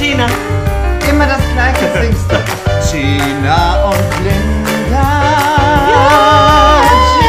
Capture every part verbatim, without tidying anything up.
Gina. Immer das Gleiche singst du. Gina und Linda. Ja.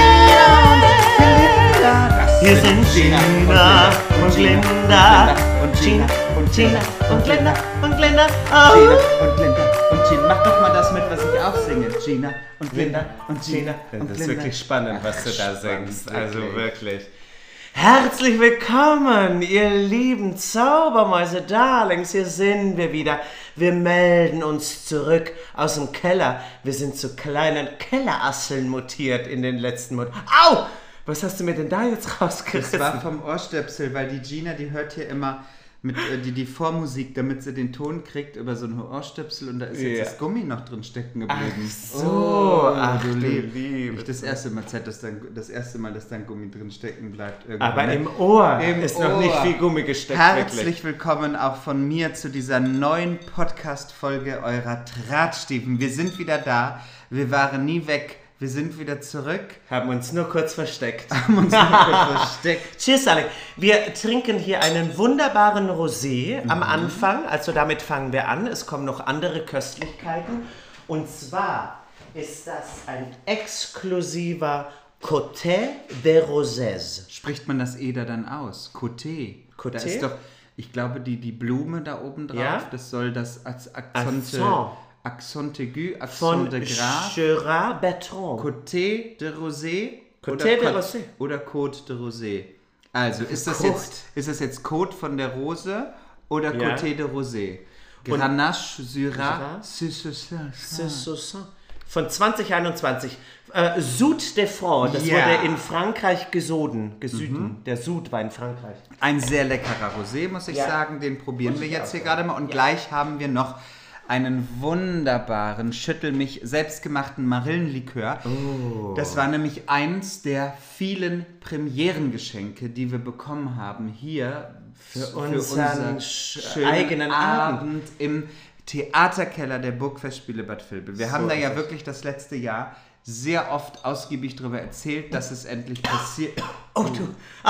Gina und Linda. Das Wir sind Gina und Linda. Und Gina und Gina und Linda und Linda. Gina Oh. und Linda und Gina. Mach doch mal das mit, was ich auch singe. Gina und Linda und Gina und Das ist Linda. wirklich spannend, was du da spannend, singst. wirklich. Also wirklich. Herzlich willkommen, ihr lieben Zaubermäuse, Darlings. Hier sind wir wieder. Wir melden uns zurück aus dem Keller. Wir sind zu kleinen Kellerasseln mutiert in den letzten Monaten. Au! Was hast du mir denn da jetzt rausgerissen? Das war vom Ohrstöpsel, weil die Gina, die hört hier immer mit, äh, die, die Vormusik, damit sie den Ton kriegt über so ein Ohrstöpsel und da ist jetzt Ja. das Gummi noch drin stecken geblieben. Ach so, oh, ach du du lieb. Liebe. Nicht das erste Mal Zeit, dass dann, das erste Mal, dass dein Gummi drin stecken bleibt. Irgendwo, Aber ne? im Ohr Im ist Ohr. noch nicht viel Gummi gesteckt. Herzlich wirklich. willkommen auch von mir zu dieser neuen Podcast-Folge eurer Drahtstiefen. Wir sind wieder da, wir waren nie weg. Wir sind wieder zurück. Haben uns nur kurz versteckt. Haben uns nur kurz versteckt. Cheers, Alex. Wir trinken hier einen wunderbaren Rosé am Anfang. Also damit fangen wir an. Es kommen noch andere Köstlichkeiten. Und zwar ist das ein exklusiver Côté de Rosés. Spricht man das E da dann aus? Côté. Côté? Da ist doch, ich glaube, die, die Blume da oben drauf, Ja? das soll das als Akzente, Accent. Accent aigu, Accent Von de Gras. Gerard Bertrand. Côté de Rosé. Côté oder de Côte- Rosé. Oder Côte de Rosé. Also, ist das, Côte. jetzt, ist das jetzt Côte von der Rose oder Ja. Côté de Rosé? Und- Grenache, Syrah, Syrah? Syrah. C'est so ça. Von zwanzig einundzwanzig. Äh, Sud de France, das Ja. wurde in Frankreich gesoden, gesüden. Der Sud war in Frankreich. Ein sehr leckerer Rosé, muss ich Ja. sagen. Den probieren Muss wir ich jetzt auch hier sagen. gerade mal. Und gleich haben wir noch einen wunderbaren, schüttel mich, selbstgemachten Marillenlikör. Oh. Das war nämlich eins der vielen Premierengeschenke, die wir bekommen haben hier Für unseren sch- schönen eigenen Abend. im Theaterkeller der Burgfestspiele Bad Vilbel. Wir haben So da ja ist es. wirklich das letzte Jahr sehr oft ausgiebig darüber erzählt, dass es endlich passiert. Oh, du.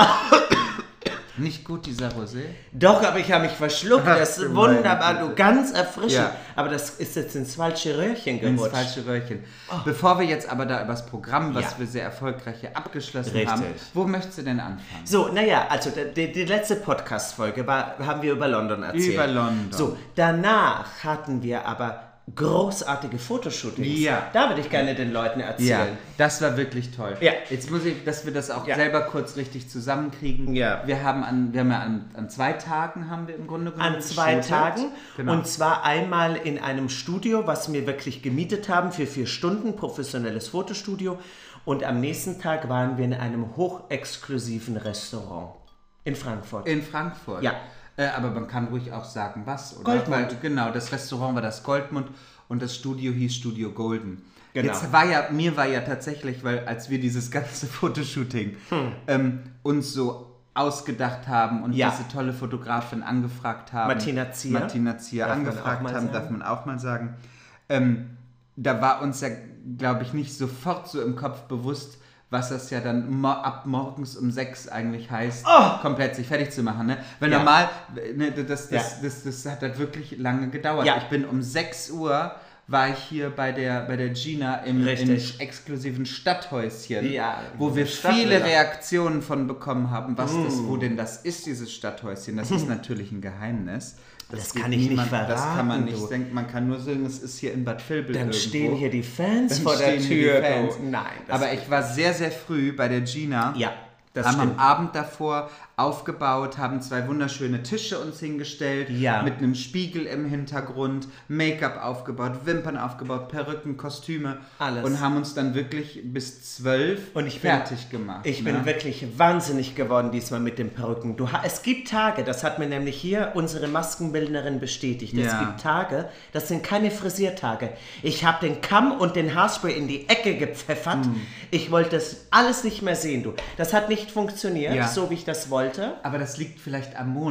Nicht gut, dieser Rosé? Doch, aber ich habe mich verschluckt. Ach, Das du ist meine wunderbar, Güte. du, ganz erfrischend. Ja. Aber das ist jetzt ins falsche Röhrchen Ins gerutscht. falsche Röhrchen. Bevor wir jetzt aber da über das Programm, was Ja. wir sehr erfolgreich hier abgeschlossen Richtig. haben, wo möchtest du denn anfangen? So, naja, also die, die letzte Podcast-Folge war, haben wir über London erzählt. Über London. So, danach hatten wir aber großartige Fotoshootings. Ja. Da würde ich gerne den Leuten Ja, erzählen. das war wirklich toll. Ja. Jetzt muss ich, dass wir das auch Ja. selber kurz richtig zusammenkriegen. Ja. Wir haben an, wir haben ja an, an zwei Tagen haben wir im Grunde genommen An zwei geshootet. Tagen. Genau. Und zwar einmal in einem Studio, was wir wirklich gemietet haben für vier Stunden, professionelles Fotostudio. Und am nächsten Tag waren wir in einem hochexklusiven Restaurant in Frankfurt. In Frankfurt. Ja. Äh, aber man kann ruhig auch sagen, was, oder? Goldmund. Weil, genau, das Restaurant war das Goldmund und das Studio hieß Studio Golden. Genau. Jetzt war ja, mir war ja tatsächlich, weil als wir dieses ganze Fotoshooting Hm. ähm, uns so ausgedacht haben und Ja. diese tolle Fotografin angefragt haben. Martina Zier. Martina Zier Darf man auch angefragt mal haben, sagen. darf man auch mal sagen. Ähm, da war uns ja, glaube ich, nicht sofort so im Kopf bewusst, was das ja dann mo- ab morgens um sechs eigentlich heißt, Oh! komplett sich fertig zu machen. Ne? Weil Ja. normal, ne, das, das, Ja. das, das, das hat halt wirklich lange gedauert. Ja. Ich bin um sechs Uhr war ich hier bei der, bei der Gina im, im Richtig. exklusiven Stadthäuschen, Ja, wo wir Stadtvilla. viele Reaktionen von bekommen haben, was das, wo denn das ist, dieses Stadthäuschen. Das ist natürlich ein Geheimnis. Das geht kann ich nicht niemand- Das kann man verraten, nicht du. denken. Man kann nur sagen, es ist hier in Bad Vilbel Dann irgendwo. stehen hier die Fans Dann vor der stehen hier Tür. die Fans. Oh, nein. das- Aber ich war sehr, sehr früh bei der Gina. Ja, das haben am stimmt. Abend davor aufgebaut, haben zwei wunderschöne Tische uns hingestellt, Ja. mit einem Spiegel im Hintergrund, Make-up aufgebaut, Wimpern aufgebaut, Perücken, Kostüme. Alles. Und haben uns dann wirklich bis zwölf Und ich bin- fertig gemacht. Ich ne? bin wirklich wahnsinnig geworden diesmal mit den Perücken. Du, ha- es gibt Tage, das hat mir nämlich hier unsere Maskenbildnerin bestätigt. Es Ja. gibt Tage, das sind keine Frisiertage. Ich habe den Kamm und den Haarspray in die Ecke gepfeffert. Hm. Ich wollte das alles nicht mehr sehen, du. Das hat nicht funktioniert, Ja. so wie ich das wollte. Aber das liegt vielleicht am Mond.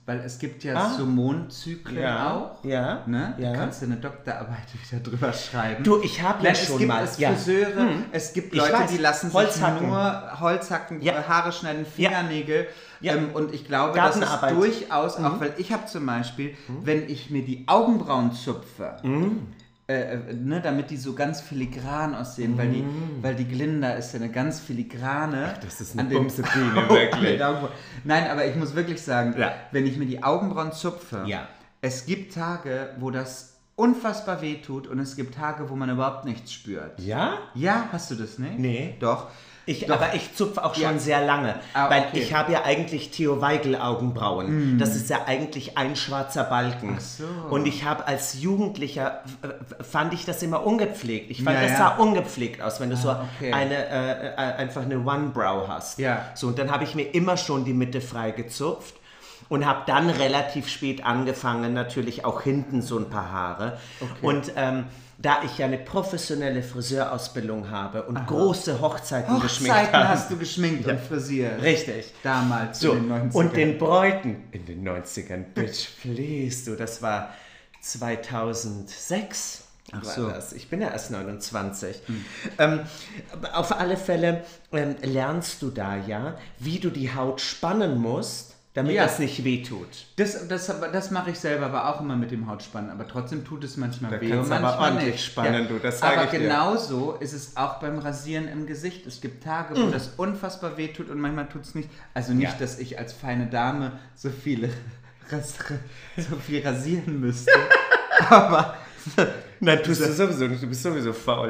weil es gibt ja Ah. so Mondzyklen Ja. auch. Ja. Ne? Ja. Da kannst du eine Doktorarbeit wieder drüber schreiben. Du, ich habe ja Nein, schon es gibt mal. es ja. Friseure, Hm. es gibt Ich Leute, weiß. die lassen sich Holzhacken. nur Holzhacken, Ja. äh, Haare schneiden, Ja. Fingernägel. Ja. Ähm, und ich glaube, das ist Gartenarbeit. durchaus auch, weil ich habe zum Beispiel, wenn ich mir die Augenbrauen zupfe, äh, äh, ne, damit die so ganz filigran aussehen, weil, die, weil die Glinda ist ja eine ganz filigrane. Ach, das ist eine Bumsebiene, wirklich. Nein, aber ich muss wirklich sagen, Ja. wenn ich mir die Augenbrauen zupfe, Ja. es gibt Tage, wo das unfassbar weh tut und es gibt Tage, wo man überhaupt nichts spürt. Ja? Ja, hast du das nicht? Nee. Doch. Ich, Doch. aber ich zupfe auch schon Ja. sehr lange, Ah, weil okay. ich habe ja eigentlich Theo Weigel Augenbrauen. Das ist ja eigentlich ein schwarzer Balken. Ach so. Und ich habe als Jugendlicher, äh, fand ich das immer ungepflegt. Ich fand, Ja, das ja. sah ungepflegt aus, wenn du so okay. eine, äh, äh, einfach eine One-Brow hast. Ja. So, und dann habe ich mir immer schon die Mitte frei gezupft. Und habe dann relativ spät angefangen, natürlich auch hinten so ein paar Haare. Und ähm, da ich ja eine professionelle Friseurausbildung habe und große Hochzeiten, geschminkt Hochzeiten habe. hast du geschminkt und frisiert. Richtig. Damals So, in den neunzigern. und den Bräuten in den neunzigern, bitch, please, du, das war zweitausendsechs. Ach war so. das. Ich bin ja erst neunundzwanzig. Ähm, aber auf alle Fälle ähm, lernst du da ja, wie du die Haut spannen musst, damit Ja. das nicht wehtut. Das, das, das mache ich selber, aber auch immer mit dem Hautspannen. Aber trotzdem tut es manchmal Da weh. kannst und du aber manchmal ordentlich nicht. spannen, du, das sag Aber ich dir. genauso ist es auch beim Rasieren im Gesicht. Es gibt Tage, Mm. wo das unfassbar weh tut und manchmal tut es nicht. Also nicht, Ja. dass ich als feine Dame so viele ras so viel rasieren müsste. aber Nein, tust du sowieso nicht, du bist sowieso faul.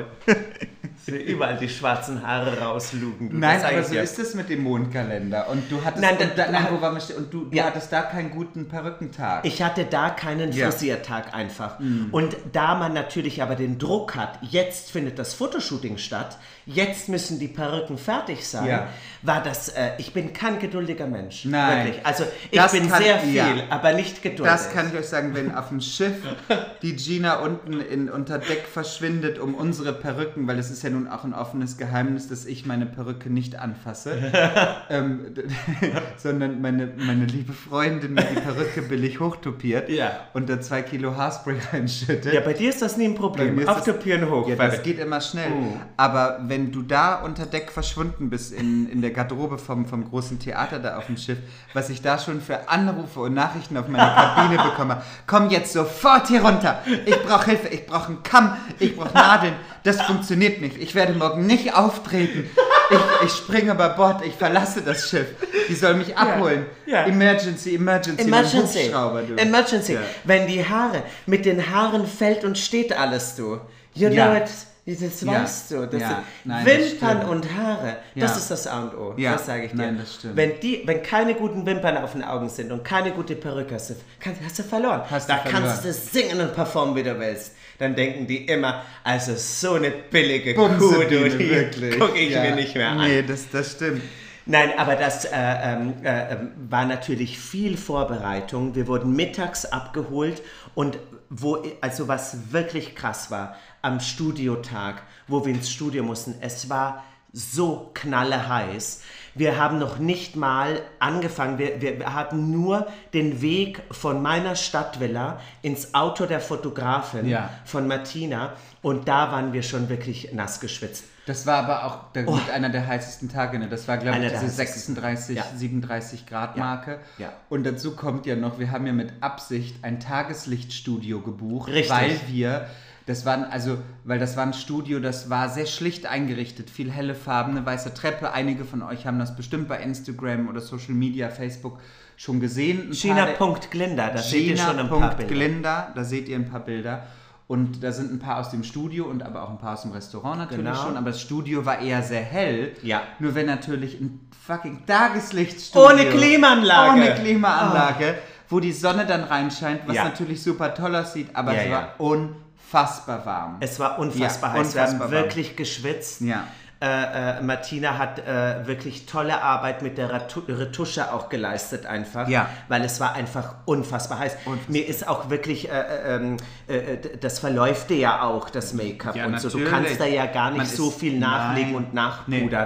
Überall die schwarzen Haare rauslugen. Du, Nein, das sag aber ich so dir. ist es mit dem Mondkalender. Und du hattest, Nein, und da- da, nein, wo waren wir stehen? Und du, du Ja. hattest da keinen guten Perückentag. Ich hatte da keinen Ja. Frisiertag einfach. Und da man natürlich aber den Druck hat, jetzt findet das Fotoshooting statt, jetzt müssen die Perücken fertig sein, Ja. war das, äh, ich bin kein geduldiger Mensch. Nein. Wirklich. Also ich Das bin kann- sehr viel, ja. aber nicht geduldig. Das kann ich euch sagen, wenn auf dem Schiff die Gina unten in, unter Deck verschwindet um unsere Perücken, weil es ist ja nun auch ein offenes Geheimnis, dass ich meine Perücke nicht anfasse, ähm, sondern meine, meine liebe Freundin mir die Perücke billig hochtopiert Ja. und da zwei Kilo Haarspray reinschüttet. Ja, bei dir ist das nie ein Bei Problem. mir ist das- Auftopieren hoch. Ja, fertig. das geht immer schnell. Mhm. Aber wenn du da unter Deck verschwunden bist, in, in der Garderobe vom, vom großen Theater da auf dem Schiff, was ich da schon für Anrufe und Nachrichten auf meine Kabine bekomme, komm jetzt sofort hier runter. Ich brauche Hilfe, ich brauche einen Kamm, ich brauche Nadeln. Das funktioniert nicht. Ich werde morgen nicht auftreten. Ich, ich springe über Bord, ich verlasse das Schiff. Die soll mich abholen. ja. Emergency, Emergency, mein Emergency. Hubschrauber, du. Emergency. Ja. Wenn die Haare, mit den Haaren fällt und steht alles, du. You Ja. know it. Das Ja. weißt du. Das Ja. sind Nein, das Wimpern stimmt. und Haare, Ja. das ist das A und O. Ja. Das sage ich dir. Nein, das stimmt. Wenn, die, wenn keine guten Wimpern auf den Augen sind und keine gute Perücke hast, du, kannst, hast du verloren. Hast du da verloren. kannst du singen und performen, wie du willst. Dann denken die immer, also so eine billige Kuh, Bumsebiene, du, die wirklich. gucke ich Ja. mir nicht mehr an. Nee, das, das stimmt. Nein, aber das äh, ähm, äh, war natürlich viel Vorbereitung. Wir wurden mittags abgeholt und wo, also was wirklich krass war, am Studiotag, wo wir ins Studio mussten, es war so knalleheiß. Wir haben noch nicht mal angefangen, wir, wir hatten nur den Weg von meiner Stadtvilla ins Auto der Fotografin, Ja. von Martina, und da waren wir schon wirklich nass geschwitzt. Das war aber auch der, mit einer der heißesten Tage. Ne? Das war, glaube Einer ich, der diese heißesten. sechsunddreißig, Ja. siebenunddreißig Grad Marke. Ja. Und dazu kommt ja noch, wir haben ja mit Absicht ein Tageslichtstudio gebucht, Richtig. weil wir, das waren also, weil das war ein Studio, das war sehr schlicht eingerichtet, viel helle Farben, eine weiße Treppe. Einige von euch haben das bestimmt bei Instagram oder Social Media, Facebook schon gesehen. Ein paar der- Gina.Glinda, da seht ihr schon ein paar Bilder. Gina.Glinda, da seht ihr ein paar Bilder. Und da sind ein paar aus dem Studio und aber auch ein paar aus dem Restaurant natürlich Genau. schon. Aber das Studio war eher sehr hell. Ja. Nur wenn natürlich ein fucking Tageslichtstudio. Ohne Klimaanlage. Ohne Klimaanlage, wo die Sonne dann reinscheint, was Ja. natürlich super toll aussieht, aber Ja, es ja. war unfassbar warm. Es war unfassbar Ja, heiß. Wir haben unfassbar warm. wirklich geschwitzt. Ja. Äh, äh, Martina hat äh, wirklich tolle Arbeit mit der Ratu Retusche auch geleistet einfach, Ja. weil es war einfach unfassbar heiß. Unfassbar. Mir ist auch wirklich, äh, äh, ähm, äh, das verläuft dir ja auch, das Make-up Ja, und so. Du natürlich. kannst da ja gar nicht Man so ist- viel nachlegen nein. und nachpudern.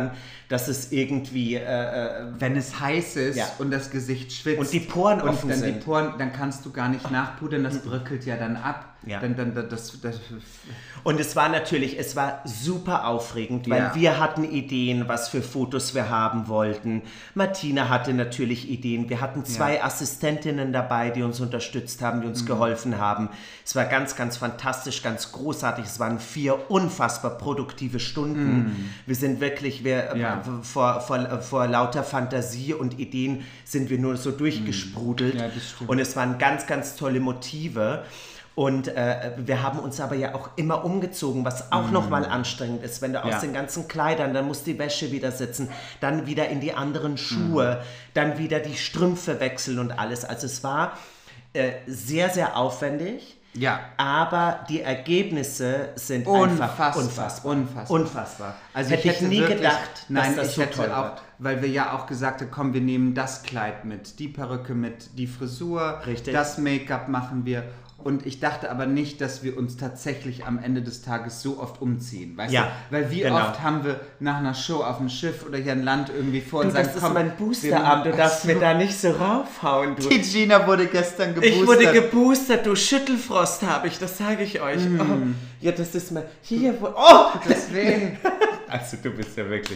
dass es irgendwie... Äh, Wenn es heiß ist ja. und das Gesicht schwitzt und die Poren und offen dann sind. Die Poren, dann kannst du gar nicht nachpudern, das bröckelt ja dann ab. Ja. Dann, dann, dann, das, das, Und es war natürlich, es war super aufregend, weil Ja. wir hatten Ideen, was für Fotos wir haben wollten. Martina hatte natürlich Ideen. Wir hatten zwei Ja. Assistentinnen dabei, die uns unterstützt haben, die uns mhm. geholfen haben. Es war ganz, ganz fantastisch, ganz großartig. Es waren vier unfassbar produktive Stunden. Mhm. Wir sind wirklich, wir, Ja. äh, vor, vor, vor lauter Fantasie und Ideen sind wir nur so durchgesprudelt. Ja, das stimmt. Und es waren ganz, ganz tolle Motive. Und äh, wir haben uns aber ja auch immer umgezogen, was auch mm. nochmal anstrengend ist, wenn du aus ja. den ganzen Kleidern, dann muss die Wäsche wieder sitzen, dann wieder in die anderen Schuhe, mm. dann wieder die Strümpfe wechseln und alles. Also es war äh, sehr, sehr aufwendig, ja. aber die Ergebnisse sind unfassbar, einfach unfassbar. Unfassbar. unfassbar. Also hätte ich hätte ich nie wirklich, gedacht, nein, dass das ich so hätte toll auch, wird. Weil wir ja auch gesagt haben, komm, wir nehmen das Kleid mit, die Perücke mit, die Frisur, Richtig. das Make-up machen wir. Und ich dachte aber nicht, dass wir uns tatsächlich am Ende des Tages so oft umziehen, weißt ja, du? Weil wie genau. oft haben wir nach einer Show auf dem Schiff oder hier ein Land irgendwie vor und du, sagen, das ist komm, mein Boosterarm, du darfst mir da nicht so raufhauen, du. Die Gina wurde gestern geboostert. Ich wurde geboostert, du, Schüttelfrost habe ich, das sage ich euch. Mm. Oh, ja, das ist mal, hier, wo, oh! Deswegen. Also du bist ja wirklich...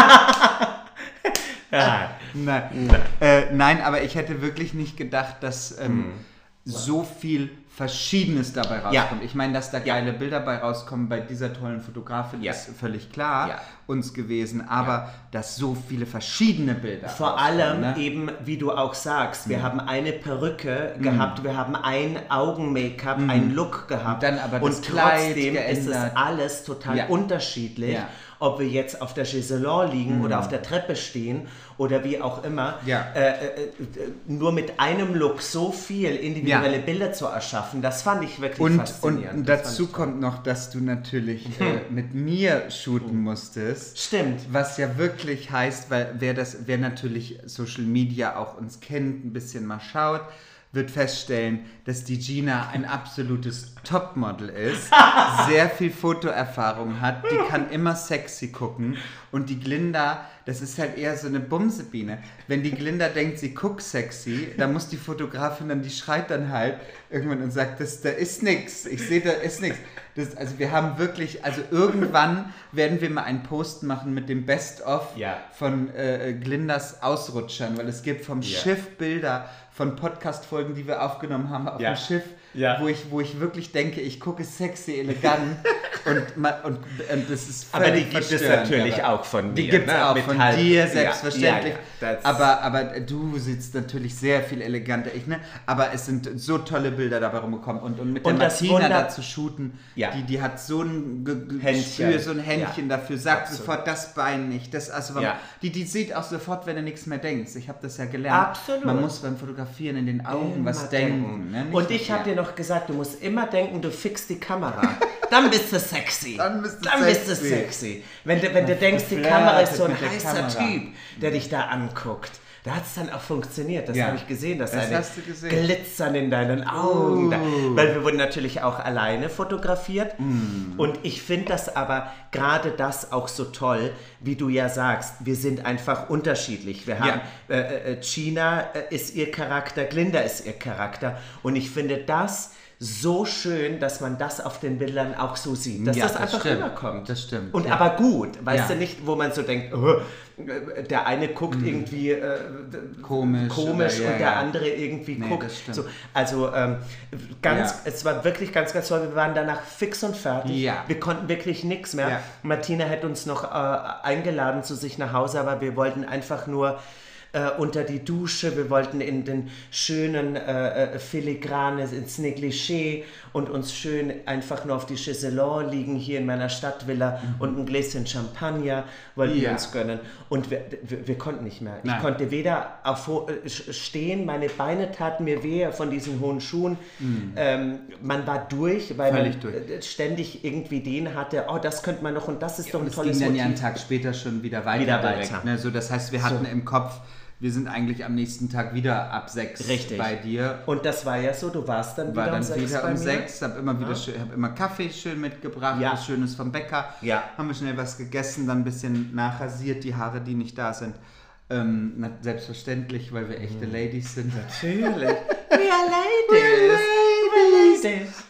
ja. Nein. Nein. Äh, nein, aber ich hätte wirklich nicht gedacht, dass ähm, mm. so viel Verschiedenes dabei rauskommt. Ja. Ich meine, dass da geile Bilder bei rauskommen bei dieser tollen Fotografin, ja. ist völlig klar ja. uns gewesen, aber ja. dass so viele verschiedene Bilder vor allem ne? eben, wie du auch sagst, wir mhm. haben eine Perücke mhm. gehabt, wir haben ein Augen-Make-up, mhm. einen Look gehabt und, dann aber das und Kleid trotzdem geändert. ist es alles total ja. unterschiedlich. Ja. Ob wir jetzt auf der Chaiselon liegen mhm. oder auf der Treppe stehen oder wie auch immer, ja. äh, äh, nur mit einem Look so viel individuelle ja. Bilder zu erschaffen, das fand ich wirklich und, faszinierend. Und dazu kommt noch, dass du natürlich äh, mit mir shooten musstest. Stimmt. Was ja wirklich heißt, weil wer, das, wer natürlich Social Media auch uns kennt, ein bisschen mal schaut, wird feststellen, dass die Gina ein absolutes Topmodel ist, sehr viel Fotoerfahrung hat, die kann immer sexy gucken und die Glinda, das ist halt eher so eine Bumsebiene. Wenn die Glinda denkt, sie guckt sexy, dann muss die Fotografin dann, die schreit dann halt irgendwann und sagt, das, da ist nix, ich sehe, da ist nix. Das, also wir haben wirklich, also irgendwann werden wir mal einen Post machen mit dem Best-of ja. von äh, Glindas Ausrutschern, weil es gibt vom ja. Schiff Bilder von Podcast-Folgen, die wir aufgenommen haben auf ja. dem Schiff, ja. wo, ich, wo ich wirklich denke, ich gucke sexy, elegant und, und, und das ist völlig aber die gibt es natürlich auch von dir. Die gibt es ne? auch Mit von halt, dir, selbstverständlich. Ja, ja, aber, aber du sitzt natürlich sehr viel eleganter, ich, ne? Aber es sind so tolle Bilder dabei rumgekommen und, und mit der und Martina Wunder, da zu shooten, ja. die, die hat so ein Ge- Händchen. Gespür, so ein Händchen ja. dafür, sagt Absolut. sofort das Bein nicht, das, also ja. die, die sieht auch sofort, wenn du nichts mehr denkst. Ich habe das ja gelernt. Absolut. Man muss beim Fotografieren in den Augen immer was denken. denken ne? Und ich habe dir noch gesagt, du musst immer denken, du fixst die Kamera. Dann bist du sexy. Dann bist du Dann sexy. Bist du sexy. Wenn du, wenn du denkst, die Kamera ist so ein heißer Typ, der dich da anguckt. Da hat es dann auch funktioniert, das ja. habe ich gesehen, dass das eine Glitzern in deinen Augen, uh. da, weil wir wurden natürlich auch alleine fotografiert mm. und ich finde das aber gerade das auch so toll, wie du ja sagst, wir sind einfach unterschiedlich. Wir haben, ja. äh, äh, Gina ist ihr Charakter, Glinda ist ihr Charakter und ich finde das so schön, dass man das auf den Bildern auch so sieht, dass ja, das, das einfach stimmt. rüberkommt. Das stimmt. Und ja. aber gut, weißt ja. du nicht, wo man so denkt, oh, der eine guckt mhm. irgendwie äh, komisch, komisch oder, ja, und der ja. andere irgendwie nee, guckt. Das stimmt. So, also ähm, ganz, ja. es war wirklich ganz, ganz toll. Wir waren danach fix und fertig. Ja. Wir konnten wirklich nichts mehr. Ja. Martina hätte uns noch äh, eingeladen zu sich nach Hause, aber wir wollten einfach nur Äh, unter die Dusche, wir wollten in den schönen äh, Filigrane ins Negligé und uns schön einfach nur auf die Chaiselon liegen hier in meiner Stadtvilla mhm. und ein Gläschen Champagner wollten ja. wir uns gönnen und wir, wir, wir konnten nicht mehr. Nein. Ich konnte weder auf äh, stehen, meine Beine taten mir weh von diesen hohen Schuhen. Mhm. Ähm, man war durch, weil Völlig man durch. ständig irgendwie Ideen hatte, oh, das könnte man noch und das ist ja, doch ein und tolles es ging dann Motiv. ja einen Tag später schon wieder weiter. Wieder direkt, weiter. Ne? So, das heißt, wir hatten so. im Kopf, wir sind eigentlich am nächsten Tag wieder ab sechs Richtig. bei dir. Und das war ja so, du warst dann War wieder dann um sechs wieder bei um mir. sechs, hab immer wieder Ja. schön, hab immer Kaffee schön mitgebracht, Ja. was Schönes vom Bäcker. Ja. Haben wir schnell was gegessen, dann ein bisschen nachrasiert, die Haare, die nicht da sind. Ähm, na, selbstverständlich, weil wir echte Ladies sind. Natürlich. We are ladies. We are ladies.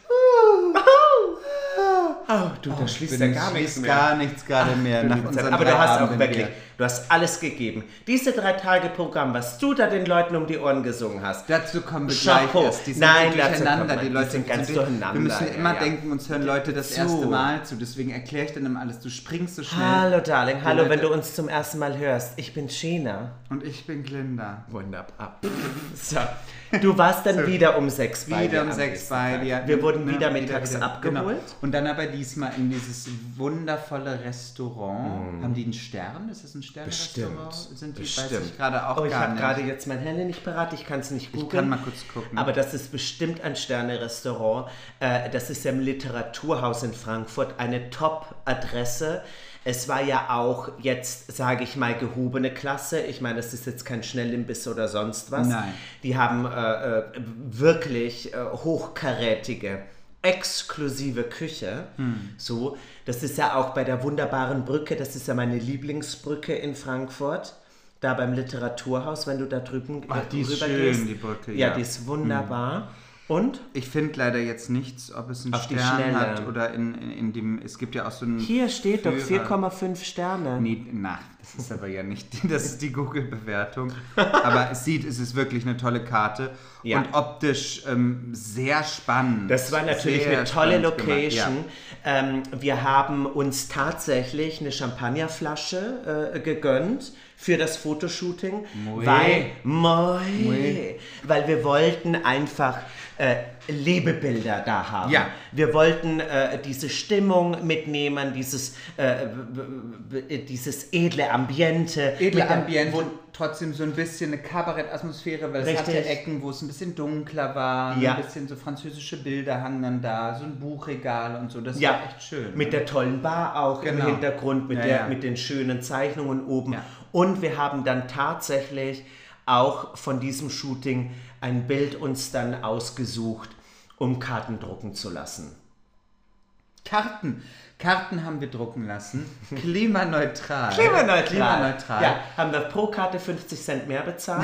Oh, du, da schließt ja gar nichts mehr. gar nichts gerade mehr. Nach unseren Aber du drei hast auch Abenden wirklich, hier. du hast alles gegeben. Diese drei Tage Programm, was du da den Leuten um die Ohren gesungen hast. Dazu kommen wir Chapeau. gleich erst. Die sind Nein, so dazu durcheinander. kommt man. Die Die Leute sind ganz zu- durcheinander, Wir müssen ja, immer ja. denken, uns hören Leute das Zu. erste Mal zu. Deswegen erkläre ich dann immer alles. Du springst so schnell. Hallo, Darling. Die Hallo, Leute- wenn du uns zum ersten Mal hörst. Ich bin Gina. Und ich bin Glinda. Wunderbar. So. Du warst dann So. wieder um sechs bei dir. Wieder um am sechs nächsten bei Tag. dir. Wir wurden Ne, wieder mittags wieder. abgeholt. Genau. Und dann aber diesmal in dieses wundervolle Restaurant. Haben die einen Stern? Ist das ein Sternrestaurant? Bestimmt. Sind die, Bestimmt. weiß ich gerade auch Oh, ich gar habe nicht. gerade jetzt mein Handy nicht parat, ich kann es nicht googeln. Ich kann mal kurz gucken. Aber das ist bestimmt ein Sterne-Restaurant. Äh, das ist ja im Literaturhaus in Frankfurt eine Top-Adresse. Es war ja auch jetzt, sage ich mal, gehobene Klasse. Ich meine, das ist jetzt kein Schnellimbiss oder sonst was. Nein. Die haben äh, äh, wirklich äh, hochkarätige, exklusive Küche. Hm. So, das ist ja auch bei der wunderbaren Brücke, das ist ja meine Lieblingsbrücke in Frankfurt. Da beim Literaturhaus, wenn du da drüben Ach, die ist rüber schön, gehst. die Brücke, Ja, ja. die ist wunderbar. Und Ich finde leider jetzt nichts, ob es einen Auf die Stern Schnelle. hat oder in, in, in dem, es gibt ja auch so einen hier steht doch Führer. vier Komma fünf Sterne. Nee, na, das ist aber ja nicht, das ist die Google-Bewertung. Aber es sieht, es ist wirklich eine tolle Karte Ja. und optisch ähm, sehr spannend. Das war natürlich Sehr eine tolle spannend gemacht, Location. Ähm, wir haben uns tatsächlich eine Champagnerflasche äh, gegönnt für das Fotoshooting, Mui. weil, moi, Mui. weil wir wollten einfach äh, Lebebilder da haben. Ja. Wir wollten äh, diese Stimmung mitnehmen, dieses, äh, b- b- dieses edle Ambiente. Ja. Edle mit der- Ambiente, wo- trotzdem so ein bisschen eine Kabarettatmosphäre, weil es hatte Richtig. Ecken, wo es ein bisschen dunkler war, Ja. ein bisschen so französische Bilder hangen dann da, so ein Buchregal und so, das Ja, war echt schön. mit der tollen Bar auch Genau. im Hintergrund, mit, Ja, der, ja. mit den schönen Zeichnungen oben. Ja. Und wir haben dann tatsächlich auch von diesem Shooting ein Bild uns dann ausgesucht, um Karten drucken zu lassen. Karten. Karten haben wir drucken lassen. Klimaneutral. Klimaneutral. Klimaneutral. Ja, haben wir pro Karte fünfzig Cent mehr bezahlt?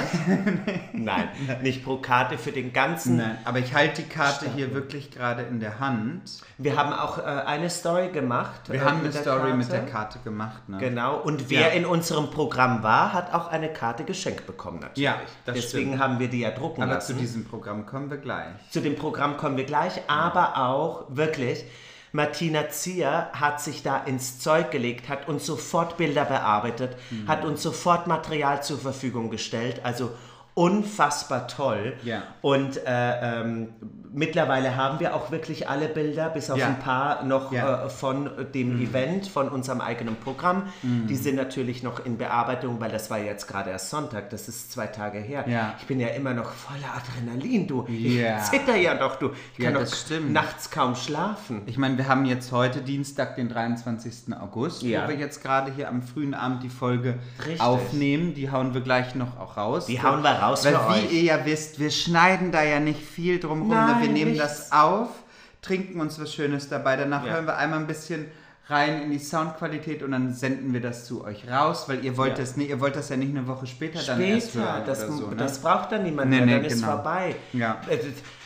Nein, nicht pro Karte, für den ganzen. Nein, aber ich halte die Karte Stapel. hier wirklich gerade in der Hand. Wir haben auch äh, eine Story gemacht. Wir äh, haben eine mit der Story Karte. mit der Karte gemacht. Ne? Genau, und wer Ja. in unserem Programm war, hat auch eine Karte geschenkt bekommen natürlich. Ja, das Deswegen stimmt. haben wir die ja drucken Aber lassen. zu diesem Programm kommen wir gleich. Zu dem Programm kommen wir gleich, aber auch wirklich, Martina Zier hat sich da ins Zeug gelegt, hat uns sofort Bilder bearbeitet, Mhm. hat uns sofort Material zur Verfügung gestellt, also unfassbar toll. Ja. Und äh, ähm, mittlerweile haben wir auch wirklich alle Bilder, bis auf Ja. ein paar noch Ja. äh, von dem Event, von unserem eigenen Programm. Mhm. Die sind natürlich noch in Bearbeitung, weil das war jetzt gerade erst Sonntag, das ist zwei Tage her. Ja. Ich bin ja immer noch voller Adrenalin, du. Ja. Ich zitter ja doch, du. Ich Ja, kann das doch stimmt. nachts kaum schlafen. Ich meine, wir haben jetzt heute Dienstag, den dreiundzwanzigsten August, Ja. wo wir jetzt gerade hier am frühen Abend die Folge Richtig. aufnehmen. Die hauen wir gleich noch auch raus. Die hauen wir raus Weil für wie euch. ihr ja wisst, wir schneiden da ja nicht viel drum rum. Nein, wir nehmen nichts. das auf, trinken uns was Schönes dabei. Danach Ja. hören wir einmal ein bisschen rein in die Soundqualität und dann senden wir das zu euch raus, weil ihr wollt Ja. das, nee, ihr wollt das ja nicht eine Woche später, dann erst Später, hören das, oder so. Ne? das braucht dann niemand Nee, mehr, nee, dann ist genau. vorbei. Ja. Äh,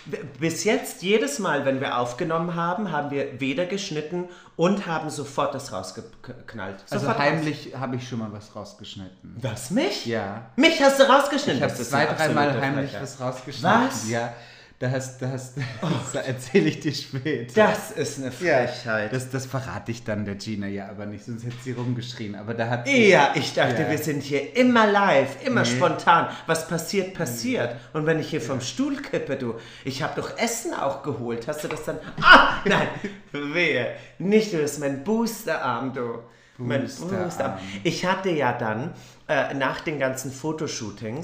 Bis jetzt, jedes Mal, wenn wir aufgenommen haben, haben wir weder geschnitten und haben sofort das rausgeknallt. Also Sofort heimlich habe ich schon mal was rausgeschnitten. raus. Was, mich? Ja. Mich hast du rausgeschnitten? Ich habe Das ist zwei, eine dreimal absolute heimlich Frechheit. was rausgeschnitten. Was? Ja, da hast, da hast, das erzähle ich dir später. Das ist eine ja, Frechheit. das, das verrate ich dann der Gina ja aber nicht, sonst hätte sie rumgeschrien. Aber da hat Ja, ich dachte, Ja. wir sind hier immer live, immer Nee. spontan. Was passiert, passiert. Und wenn ich hier vom Stuhl kippe, du, ich habe doch Essen auch geholt. Hast du das dann? Ah, nein, wehe. Nicht, du, das ist mein Boosterarm, du. Mein Boosterarm. Boosterarm. Ich hatte ja dann äh, nach den ganzen Fotoshootings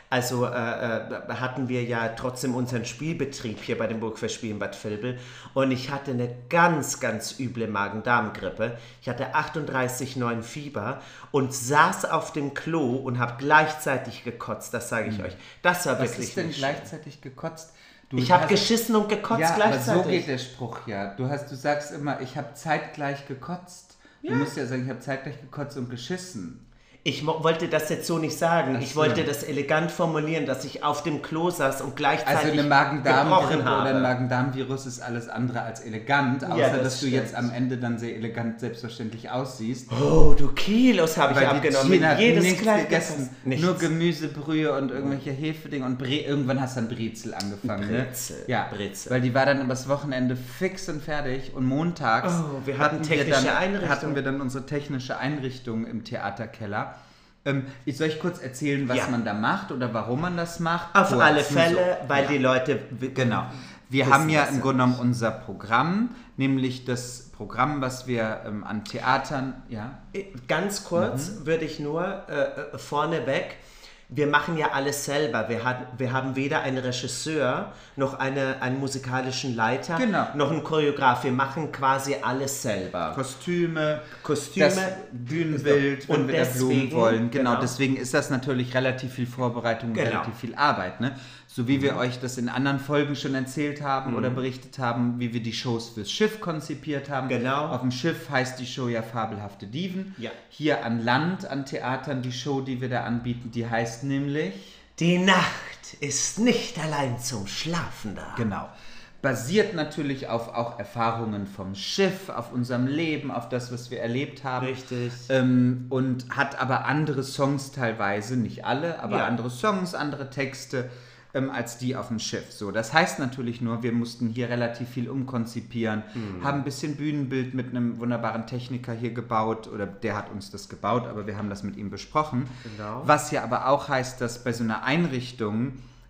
Also äh, äh, hatten wir ja trotzdem unseren Spielbetrieb hier bei dem Burgfestspiel in Bad Vilbel und ich hatte eine ganz, ganz üble Magen-Darm-Grippe. Ich hatte achtunddreißig Komma neun Fieber und saß auf dem Klo und habe gleichzeitig gekotzt, das sage ich hm. euch. Das war Was wirklich ist denn nicht gleichzeitig schön. gekotzt? Du ich habe geschissen und gekotzt ja, gleichzeitig. Aber so geht der Spruch ja. Du, hast, du sagst immer, ich habe zeitgleich gekotzt. Ja. Du musst ja sagen, ich habe zeitgleich gekotzt und geschissen. Ich wollte das jetzt so nicht sagen. Ach ich so. wollte das elegant formulieren, dass ich auf dem Klo saß und gleichzeitig Also eine gebrochen Magen-Darm-Grippe habe. oder ein Magen-Darm-Virus ist alles andere als elegant, außer Ja, das dass du stimmt. jetzt am Ende dann sehr elegant selbstverständlich aussiehst. Oh, du Kilos habe ich Weil abgenommen. Die Gina hat Jedes nichts Kleid gegessen, nichts. nur Gemüsebrühe und irgendwelche Hefedinge und Bre irgendwann hast du dann Brezel angefangen. Brezel, Ne? Ja, Brezel. weil die war dann übers Wochenende fix und fertig und montags Oh, wir hatten technische wir dann, Einrichtung. hatten wir dann unsere technische Einrichtung im Theaterkeller. Ähm, ich soll ich kurz erzählen, was Ja. man da macht oder warum man das macht? Auf Kurz, alle nur Fälle, so. weil Ja. die Leute... Genau. Wir wissen, haben ja was im sie Grunde genommen unser Programm, nämlich das Programm, was wir ähm, an Theatern, ja. Ganz kurz Mhm. würde ich nur äh, vorneweg, wir machen ja alles selber. Wir, hat, wir haben weder einen Regisseur, noch eine, einen musikalischen Leiter, Genau. noch einen Choreograf. Wir machen quasi alles selber. Kostüme, Kostüme, das Bühnenbild, wenn und wir da Blumen deswegen, wollen. Genau, genau. deswegen ist das natürlich relativ viel Vorbereitung, Genau. relativ viel Arbeit. Ne? So wie wir euch das in anderen Folgen schon erzählt haben Mhm. oder berichtet haben, wie wir die Shows fürs Schiff konzipiert haben. Genau. Auf dem Schiff heißt die Show ja Fabelhafte Diven. Ja. Hier an Land, an Theatern, die Show, die wir da anbieten, die heißt nämlich... Die Nacht ist nicht allein zum Schlafen da. Genau. Basiert natürlich auf auch Erfahrungen vom Schiff, auf unserem Leben, auf das, was wir erlebt haben. Richtig. Ähm, und hat aber andere Songs teilweise, nicht alle, aber Ja. andere Songs, andere Texte ähm, als die auf dem Schiff. So, das heißt natürlich nur, wir mussten hier relativ viel umkonzipieren, Mhm. haben ein bisschen Bühnenbild mit einem wunderbaren Techniker hier gebaut, oder der hat uns das gebaut, aber wir haben das mit ihm besprochen. Genau. Was ja aber auch heißt, dass bei so einer Einrichtung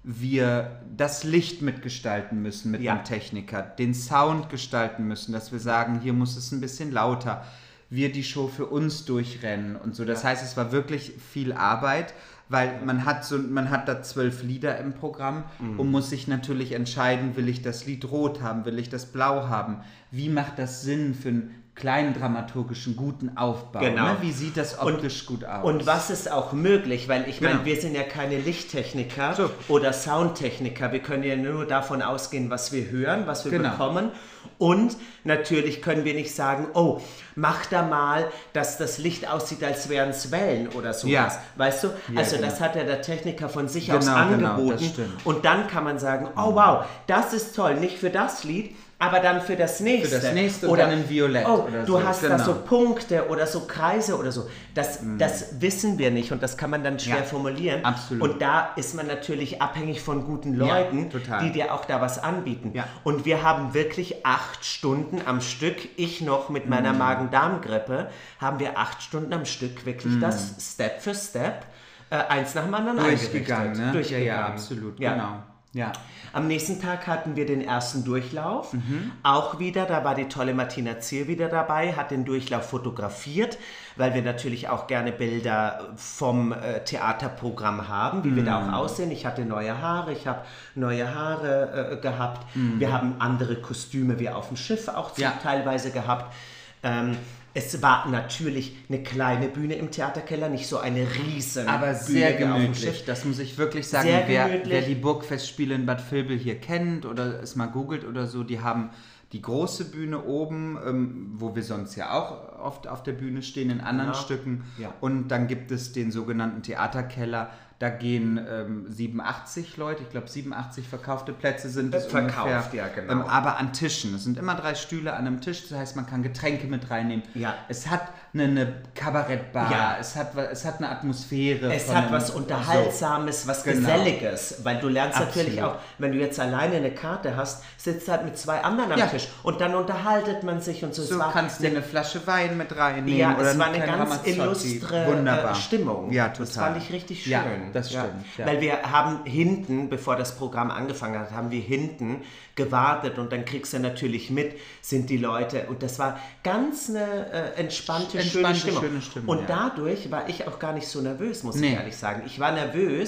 wir das Licht mitgestalten müssen mit Ja. dem Techniker, den Sound gestalten müssen, dass wir sagen, hier muss es ein bisschen lauter, wir die Show für uns durchrennen und so. Das Ja. heißt, es war wirklich viel Arbeit, weil man hat so, man hat da zwölf Lieder im Programm Mhm. und muss sich natürlich entscheiden, will ich das Lied rot haben, will ich das blau haben, wie macht das Sinn für einen kleinen dramaturgischen guten Aufbau, Genau. ne? Wie sieht das optisch gut aus? Und was ist auch möglich, weil ich Genau. meine, wir sind ja keine Lichttechniker So. oder Soundtechniker. Wir können ja nur davon ausgehen, was wir hören, was wir Genau. bekommen. Und natürlich können wir nicht sagen, oh, mach da mal, dass das Licht aussieht, als wären es Wellen oder sowas. Ja. Weißt du? Ja, also genau. das hat ja der Techniker von sich Genau, aus genau, angeboten. das stimmt. Und dann kann man sagen, oh wow, das ist toll, nicht für das Lied, aber dann für das nächste. Für das nächste und oder, dann in Violett oh, oder du so. hast da Genau. so Punkte oder so Kreise oder so. Das, das wissen wir nicht und das kann man dann schwer Ja, formulieren. absolut. Und da ist man natürlich abhängig von guten Ja, Leuten, total. die dir auch da was anbieten. Ja. Und wir haben wirklich acht Stunden am Stück, ich noch mit meiner Mhm. Magen-Darm-Grippe, haben wir acht Stunden am Stück wirklich das Step für Step äh, eins nach dem anderen durchgegangen, eingerichtet. ne? Durchgegangen. Ja, ja, absolut, Ja. genau. Ja. Am nächsten Tag hatten wir den ersten Durchlauf. Mhm. Auch wieder, da war die tolle Martina Zier wieder dabei, hat den Durchlauf fotografiert, weil wir natürlich auch gerne Bilder vom äh, Theaterprogramm haben, wie wir da Mhm. auch aussehen. Ich hatte neue Haare, ich habe neue Haare äh, gehabt. Mhm. Wir haben andere Kostüme wie auf dem Schiff auch zu- Ja. teilweise gehabt. Ähm, es war natürlich eine kleine Bühne im Theaterkeller, nicht so eine riesen Aber sehr Bühne wie auf dem gemütlich, Schiff. das muss ich wirklich sagen. Sehr Wer, gemütlich. wer die Burgfestspiele in Bad Vilbel hier kennt oder es mal googelt oder so, die haben die große Bühne oben, ähm, wo wir sonst ja auch oft auf der Bühne stehen in anderen Genau. Stücken. Ja. Und dann gibt es den sogenannten Theaterkeller. Da gehen ähm, siebenundachtzig Leute, ich glaube siebenundachtzig verkaufte Plätze sind es Verkauft, ungefähr. ja, genau. Ähm, aber an Tischen. Es sind immer drei Stühle an einem Tisch, das heißt, man kann Getränke mit reinnehmen. Ja. Es hat eine, eine Kabarettbar, Ja. es, hat, wa- es hat eine Atmosphäre. Es von hat einem- was Unterhaltsames, was Genau. Geselliges, weil du lernst natürlich Absolut. auch, wenn du jetzt alleine eine Karte hast, sitzt halt mit zwei anderen am Ja. Tisch und dann unterhaltet man sich und so. So Es war kannst du eine, eine Flasche Wein mit reinnehmen ja, oder es war eine kleinen ganz Ramazzotti. illustre Wunderbar. äh, Stimmung. Ja, total. Das fand ich richtig schön. Ja, das stimmt. Ja. Weil wir haben hinten, bevor das Programm angefangen hat, haben wir hinten gewartet und dann kriegst du natürlich mit, sind die Leute und das war ganz eine äh, entspannte, schöne Entspannte, Stimmung. schöne Stimmung, und ja. dadurch war ich auch gar nicht so nervös, muss Nee. ich ehrlich sagen. Ich war nervös,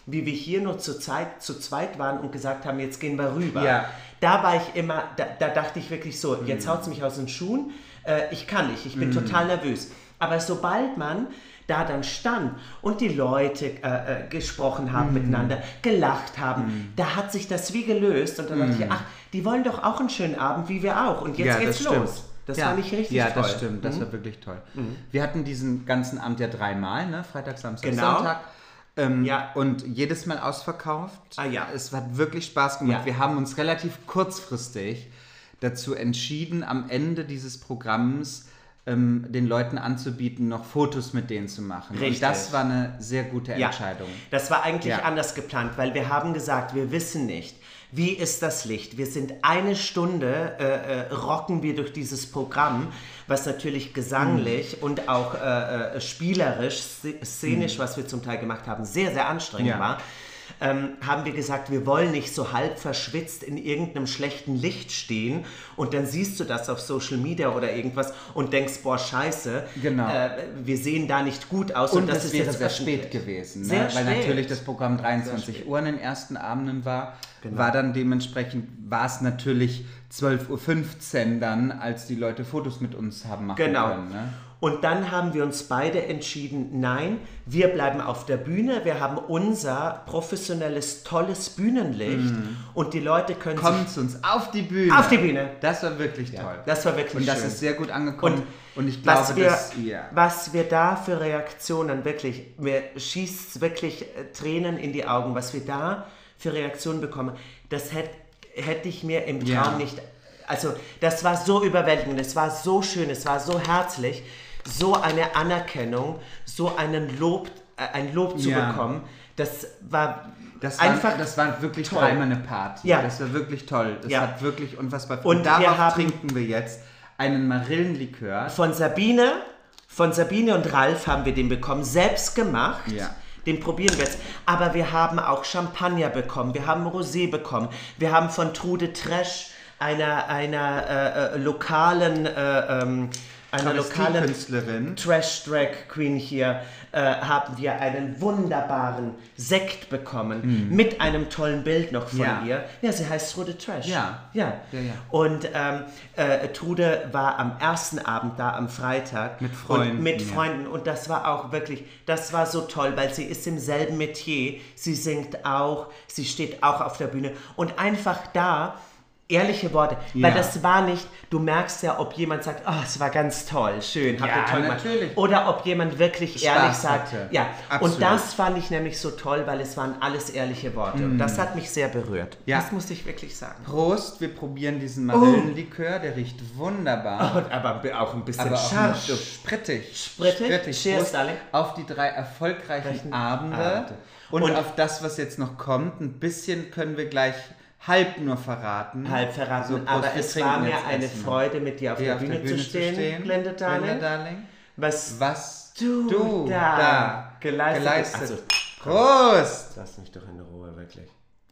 wie wir hier nur zu, Zeit, zu zweit waren und gesagt haben, jetzt gehen wir rüber. Ja. Da war ich immer, da, da dachte ich wirklich so, jetzt haut es mich aus den Schuhen, äh, ich kann nicht, ich bin mm. total nervös. Aber sobald man da dann stand und die Leute äh, äh, gesprochen haben mm. miteinander, gelacht haben, mm. da hat sich das wie gelöst und dann mm. dachte ich, ach, die wollen doch auch einen schönen Abend, wie wir auch. Und jetzt ja, geht's das los. Stimmt. Das ja. fand ich richtig ja, toll. Ja, das stimmt. Das mhm. war wirklich toll. Mhm. Wir hatten diesen ganzen Abend ja dreimal, ne? Freitag, Samstag, genau. Sonntag. Ähm, ja. Und jedes Mal ausverkauft. Ah, ja. Es hat wirklich Spaß gemacht. Ja. Wir haben uns relativ kurzfristig dazu entschieden, am Ende dieses Programms ähm, den Leuten anzubieten, noch Fotos mit denen zu machen. Richtig. Und das war eine sehr gute ja. Entscheidung. Das war eigentlich ja. anders geplant, weil wir haben gesagt, wir wissen nicht, wie ist das Licht? Wir sind eine Stunde, äh, äh, rocken wir durch dieses Programm, was natürlich gesanglich mm. und auch äh, äh, spielerisch, szenisch, mm. was wir zum Teil gemacht haben, sehr, sehr anstrengend ja. war. Ähm, haben wir gesagt, wir wollen nicht so halb verschwitzt in irgendeinem schlechten Licht stehen und dann siehst du das auf Social Media oder irgendwas und denkst, boah, scheiße, genau. äh, wir sehen da nicht gut aus. Und, und das es ist wäre jetzt sehr öffentlich. spät gewesen, ne? Sehr weil spät. natürlich das Programm dreiundzwanzig Uhr in den ersten Abenden war, genau. war dann dementsprechend, war es natürlich zwölf Uhr fünfzehn dann, als die Leute Fotos mit uns haben machen genau. können. Ne? Und dann haben wir uns beide entschieden, nein, wir bleiben auf der Bühne, wir haben unser professionelles, tolles Bühnenlicht mm. und die Leute können Kommt zu uns auf die Bühne. Auf die Bühne. Das war wirklich ja, toll. Das war wirklich Und das schön. ist sehr gut angekommen. Und, und ich was glaube, wir, dass... Ja. Was wir da für Reaktionen wirklich, mir schießt wirklich Tränen in die Augen, was wir da für Reaktionen bekommen, das hätte hätt ich mir im Traum ja. nicht... Also das war so überwältigend, es war so schön, es war so herzlich, so eine Anerkennung, so einen Lob, äh, ein Lob zu ja. bekommen, das war das einfach war, Das war wirklich toll. dreimal eine Party. Ja. Das war wirklich toll. Das ja. hat wirklich unfassbar viel. Und, Und darauf wir haben trinken wir jetzt einen Marillenlikör. Von Sabine, von Sabine und Ralf haben wir den bekommen, selbst gemacht. Ja. Den probieren wir jetzt. Aber wir haben auch Champagner bekommen, wir haben Rosé bekommen, wir haben von Trude Tresch, einer, einer äh, äh, lokalen, äh, ähm, einer lokalen Künstlerin, Trash Drag Queen hier, äh, haben wir einen wunderbaren Sekt bekommen, mm. mit einem tollen Bild noch von ja. ihr. Ja, sie heißt Trude Tresch. Ja. Ja. ja, ja. Und ähm, äh, Trude war am ersten Abend da, am Freitag. Mit Freunden. Und mit ja. Freunden. Und das war auch wirklich, das war so toll, weil sie ist im selben Metier. Sie singt auch, sie steht auch auf der Bühne. Und einfach da... Ehrliche Worte, ja. weil das war nicht, du merkst ja, ob jemand sagt, oh, es war ganz toll, schön, habt ihr ja, toll natürlich. gemacht. Oder ob jemand wirklich Spaß ehrlich sagt, hatte. ja. Absolut. Und das fand ich nämlich so toll, weil es waren alles ehrliche Worte. Mm. Und das hat mich sehr berührt. Ja. Das muss ich wirklich sagen. Prost, wir probieren diesen Marillenlikör, der riecht wunderbar. Oh, aber auch ein bisschen aber scharf. Auch sprittig. Sprittig? sprittig. Cheers, Prost darling. auf die drei erfolgreichen Reichen Abende Abende. Und, Und auf das, was jetzt noch kommt. Ein bisschen können wir gleich halb nur verraten. Halb verraten, So, Prost, aber wir es trinken war mir jetzt eine erstmal. Freude, mit dir auf, Hier der, auf Bühne der Bühne zu stehen, stehen, Glenda Darling. Glenda Darling. Was, Was du, du da, da geleistet, geleistet. Also, Prost! lass mich doch in Ruhe, wirklich.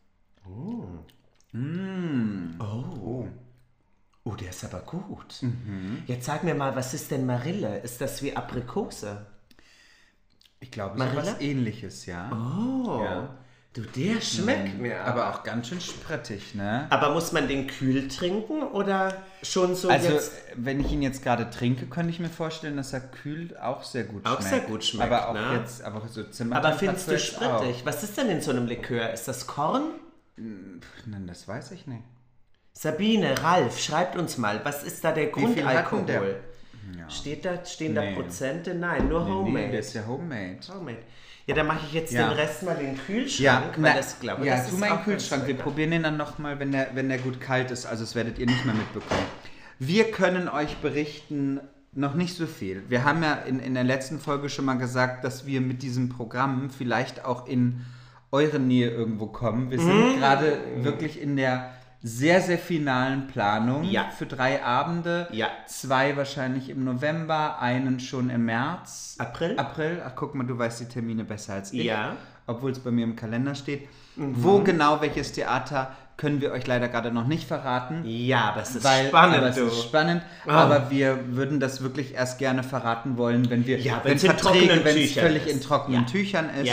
Mm. Mm. Oh. Oh, der ist aber gut. Mhm. Jetzt sag mir mal, was ist denn Marille? Ist das wie Aprikose? Ich glaube, Marille? so was Ähnliches, ja. Oh, Ja. du, der schmeckt Mhm. mir. Aber auch ganz schön sprittig, ne? Aber muss man den kühl trinken oder schon so Also, jetzt? wenn ich ihn jetzt gerade trinke, könnte ich mir vorstellen, dass er kühl auch sehr gut Auch schmeckt. sehr gut schmeckt, Aber auch ne? jetzt, aber so Zimmer. Aber findest du sprittig? Was ist denn in so einem Likör? Ist das Korn? Nein, das weiß ich nicht. Sabine, Ralf, schreibt uns mal, was ist da der Wie viel hat denn der? Grundalkohol? Ja. Steht da, stehen Nee. da Prozente? Nein, nur Nee, Homemade. nee, der ist ja Homemade. Homemade. Ja, dann mache ich jetzt Ja. den Rest mal in den Ja, Kühlschrank, weil na, das glaube ja, das tu ist mal in auch den Kühlschrank. ganz Wir lecker. probieren den dann nochmal, wenn der, wenn der gut kalt ist. Also das werdet ihr nicht mehr mitbekommen. Wir können euch berichten, noch nicht so viel. Wir haben ja in, in der letzten Folge schon mal gesagt, dass wir mit diesem Programm vielleicht auch in eure Nähe irgendwo kommen. Wir sind Mm. gerade wirklich in der sehr, sehr finalen Planung Ja. für drei Abende. Ja. Zwei wahrscheinlich im November, einen schon im März. April? April. Ach, guck mal, du weißt die Termine besser als ich. Ja. Obwohl es bei mir im Kalender steht. Mhm. Wo genau welches Theater, können wir euch leider gerade noch nicht verraten. Ja, aber es ist Weil, spannend, aber es du. ist spannend, Ah. aber wir würden das wirklich erst gerne verraten wollen, wenn wir, Ja, wenn wenn's in Verträge, trockenen wenn es Tüchern völlig ist. in trockenen Ja. Tüchern ist. Ja, ja.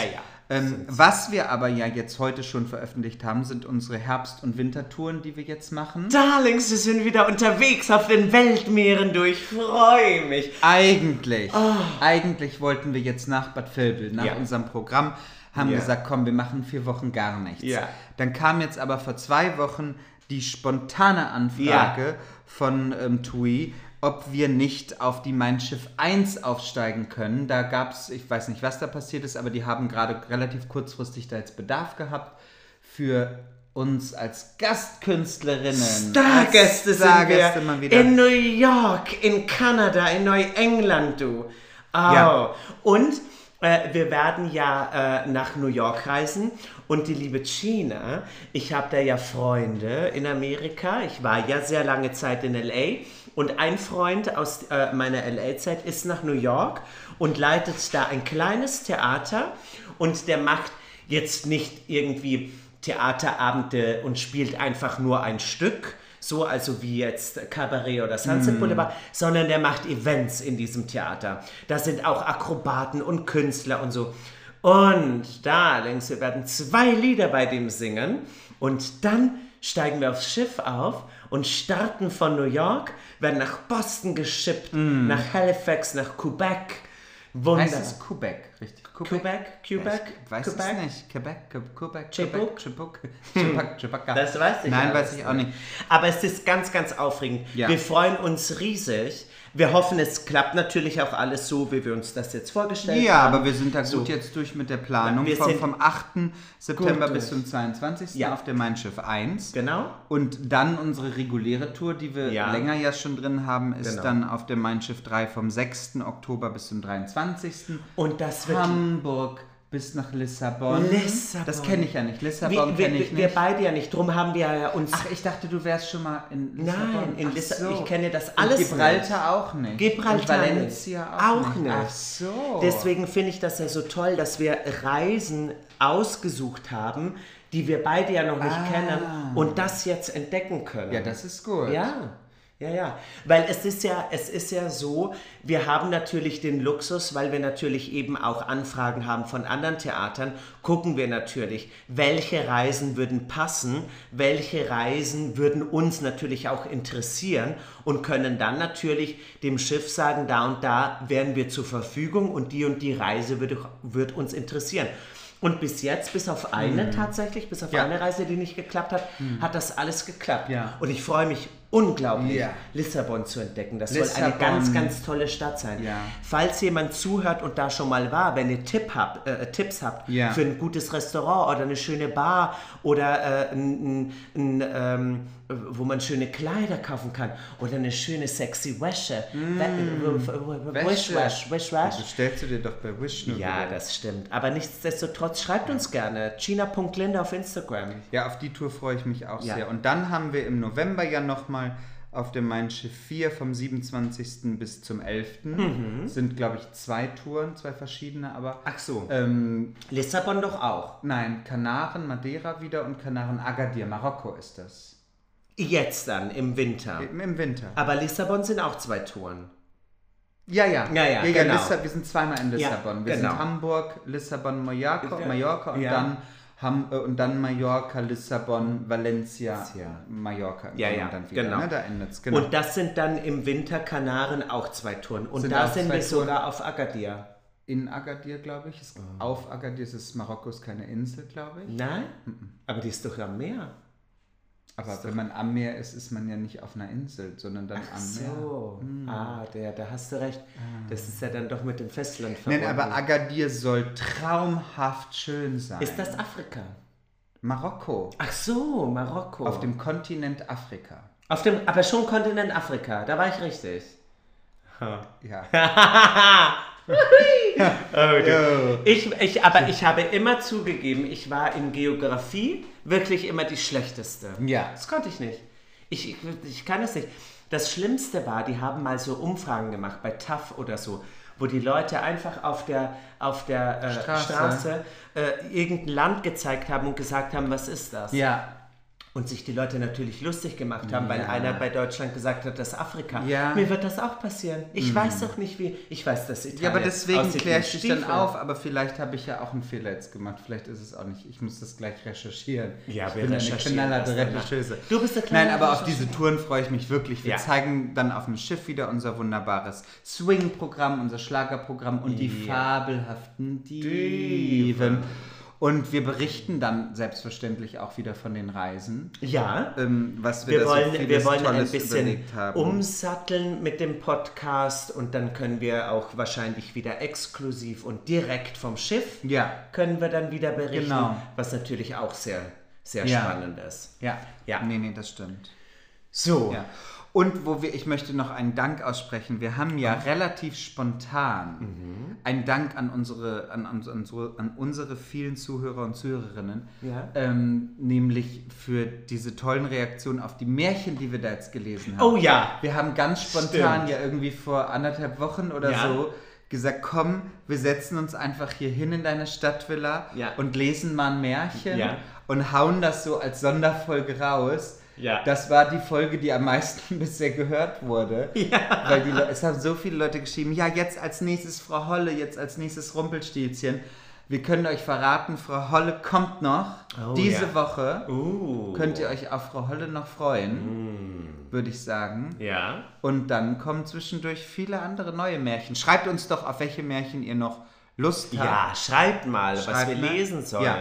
Ähm, was wir aber ja jetzt heute schon veröffentlicht haben, sind unsere Herbst- und Wintertouren, die wir jetzt machen. Darlings, wir sind wieder unterwegs auf den Weltmeeren durch. Ich freue mich. Eigentlich, oh. eigentlich wollten wir jetzt nach Bad Vilbel, nach ja. unserem Programm, haben ja. gesagt, komm, wir machen vier Wochen gar nichts. Ja. Dann kam jetzt aber vor zwei Wochen die spontane Anfrage ja. von ähm, TUI, ob wir nicht auf die Mein Schiff eins aufsteigen können. Da gab es, ich weiß nicht, was da passiert ist, aber die haben gerade relativ kurzfristig da jetzt Bedarf gehabt für uns als Gastkünstlerinnen. Stargäste sind Stargäste wir mal wieder. In New York, in Kanada, in Neuengland, du. Oh. Ja. Und äh, wir werden ja äh, nach New York reisen. Und die liebe Gina, ich habe da ja Freunde in Amerika. Ich war ja sehr lange Zeit in L A. Und ein Freund aus äh, meiner L A-Zeit ist nach New York und leitet da ein kleines Theater. Und der macht jetzt nicht irgendwie Theaterabende und spielt einfach nur ein Stück, so also wie jetzt Cabaret oder Sunset Boulevard, mm. sondern der macht Events in diesem Theater. Da sind auch Akrobaten und Künstler und so. Und Darlings, wir werden zwei Lieder bei dem singen und dann steigen wir aufs Schiff auf und starten von New York, werden nach Boston geschippt, mm. nach Halifax, nach Quebec. Wunder. Heißt es Quebec, richtig? Quebec? Quebec? Ich weiß Quebec? es nicht. Quebec, Quebec, Chibuk? Chibuk, Chibuk, Das weiß ich Nein, weiß ich auch nicht. Aber es ist ganz, ganz aufregend. Ja. Wir freuen uns riesig. Wir hoffen, es klappt natürlich auch alles so, wie wir uns das jetzt vorgestellt ja, haben. Ja, aber wir sind da gut so. jetzt durch mit der Planung. Ja, vom, vom achten September bis zum zweiundzwanzigsten Ja. auf der Mein Schiff eins. Genau. Und dann unsere reguläre Tour, die wir ja. länger ja schon drin haben, ist genau. dann auf der Mein Schiff drei vom sechsten Oktober bis zum dreiundzwanzigsten Und das wird Hamburg bis nach Lissabon. Lissabon. Das kenne ich ja nicht. Lissabon kenne ich nicht. Wir beide ja nicht. Drum haben wir ja uns... Ach, ich dachte, du wärst schon mal in Lissabon. Nein, in Lissabon. So. Ich kenne das alles Und Gibraltar nicht. auch nicht. Gibraltar Und Valencia auch, auch nicht. nicht. Ach so. Deswegen finde ich das ja so toll, dass wir Reisen ausgesucht haben, die wir beide ja noch nicht ah. kennen und das jetzt entdecken können. Ja, das ist gut. Ja. Ja, ja, weil es ist ja, es ist ja so, wir haben natürlich den Luxus, weil wir natürlich eben auch Anfragen haben von anderen Theatern, gucken wir natürlich, welche Reisen würden passen, welche Reisen würden uns natürlich auch interessieren und können dann natürlich dem Schiff sagen, da und da wären wir zur Verfügung und die und die Reise würde, würde uns interessieren. Und bis jetzt, bis auf eine hm. tatsächlich, bis auf ja. eine Reise, die nicht geklappt hat, hm. hat das alles geklappt. Ja. Und ich freue mich unglaublich, ja. Lissabon zu entdecken. Das Lissabon. soll eine ganz, ganz tolle Stadt sein. Ja. Falls jemand zuhört und da schon mal war, wenn ihr Tipp habt, äh, Tipps habt ja. für ein gutes Restaurant oder eine schöne Bar oder äh, ein, ein, ein, ähm, wo man schöne Kleider kaufen kann oder eine schöne sexy Wäsche. Mm. Wish Wash. Wish Wash. Bestellst du dir doch bei Wish nur. Ja, das stimmt. Aber nichtsdestotrotz, schreibt uns gerne. Gina Punkt Linde auf Instagram. Ja, auf die Tour freue ich mich auch ja. sehr. Und dann haben wir im November ja nochmal auf dem Mein Schiff vier vom siebenundzwanzigsten bis zum elften Mhm. sind, glaube ich, zwei Touren, zwei verschiedene, aber... Ach so. Ähm, Lissabon doch auch. Nein, Kanaren, Madeira wieder und Kanaren Agadir, Marokko ist das. Jetzt dann, im Winter. Im, im Winter. Aber Lissabon sind auch zwei Touren. Ja, ja. Ja, ja, ja, genau. Lissa, wir sind zweimal in Lissabon. Ja, wir genau. sind Hamburg, Lissabon, Mallorca, Mallorca und ja. dann... Ham, äh, und dann Mallorca, Lissabon, Valencia, ja. Mallorca. Ja, ja, dann wieder, genau. Ne? Da endet's, genau. Und das sind dann im Winter Kanaren auch zwei Touren. Und sind da sind wir Touren sogar auf Agadir. In Agadir, glaube ich. Ist oh. Auf Agadir ist es Marokko, ist keine Insel, glaube ich. Nein? Mhm. Aber die ist doch am Meer. Aber wenn man am Meer ist, ist man ja nicht auf einer Insel, sondern dann Ach am so. Meer. So. Hm. Ah, der, da hast du recht. Ah. Das ist ja dann doch mit dem Festland verbunden. Nein, aber Agadir soll traumhaft schön sein. Ist das Afrika? Marokko. Ach so, Marokko. Auf dem Kontinent Afrika. Auf dem, aber schon Kontinent Afrika, da war ich richtig. Ja. oh, ich, ich, aber ich habe immer zugegeben, ich war in Geografie wirklich immer die Schlechteste. Ja. Das konnte ich nicht. Ich, ich, ich kann es nicht. Das Schlimmste war, die haben mal so Umfragen gemacht bei T A F oder so, wo die Leute einfach auf der, auf der äh, Straße, Straße äh, irgendein Land gezeigt haben und gesagt haben, was ist das? Ja. und sich die Leute natürlich lustig gemacht haben, Ja. weil einer bei Deutschland gesagt hat, das ist Afrika. Ja. Mir wird das auch passieren. Ich weiß doch nicht, wie... Ich weiß, dass Italien Ja, aber deswegen aussieht kläre wie ich dich dann Stiefel. auf, aber vielleicht habe ich ja auch einen Fehler jetzt gemacht. Vielleicht ist es auch nicht. Ich muss das gleich recherchieren. Ja, ich wir bin eine recherchieren knallharte das danach. Rechercheuse. Du bist der Nein, kleine aber auf Rechercheur. diese Touren freue ich mich wirklich. Wir Ja. zeigen dann auf dem Schiff wieder unser wunderbares Swing-Programm, unser Schlagerprogramm und die Ja. fabelhaften Diven. Und wir berichten dann selbstverständlich auch wieder von den Reisen. Ja. Ähm, was wir, Wir da wollen, so vieles wir wollen ein Tolles bisschen überlegt haben. umsatteln mit dem Podcast und dann können wir auch wahrscheinlich wieder exklusiv und direkt vom Schiff Ja. können wir dann wieder berichten, Genau. was natürlich auch sehr, sehr Ja. spannend ist. Ja. Ja. Nee, nee, das stimmt. So, Ja. Und wo wir, ich möchte noch einen Dank aussprechen. Wir haben ja relativ spontan einen Dank an unsere, an, an, unsere, an unsere vielen Zuhörer und Zuhörerinnen, Ja. ähm, nämlich für diese tollen Reaktionen auf die Märchen, die wir da jetzt gelesen haben. Oh ja. Wir haben ganz spontan Stimmt. ja irgendwie vor anderthalb Wochen oder Ja. so gesagt, komm, wir setzen uns einfach hier hin in deine Stadtvilla Ja. und lesen mal ein Märchen Ja. und hauen das so als Sonderfolge raus. Ja. Das war die Folge, die am meisten bisher gehört wurde. Ja. Weil die, Le- es haben so viele Leute geschrieben, ja, jetzt als nächstes Frau Holle, jetzt als nächstes Rumpelstilzchen. Wir können euch verraten, Frau Holle kommt noch. Oh, Diese ja. Woche Uh. könnt ihr euch auf Frau Holle noch freuen, würde ich sagen. Ja. Und dann kommen zwischendurch viele andere neue Märchen. Schreibt uns doch, auf welche Märchen ihr noch Lust habt. Ja, schreibt mal, was Schreibt wir mal. lesen sollen. Ja.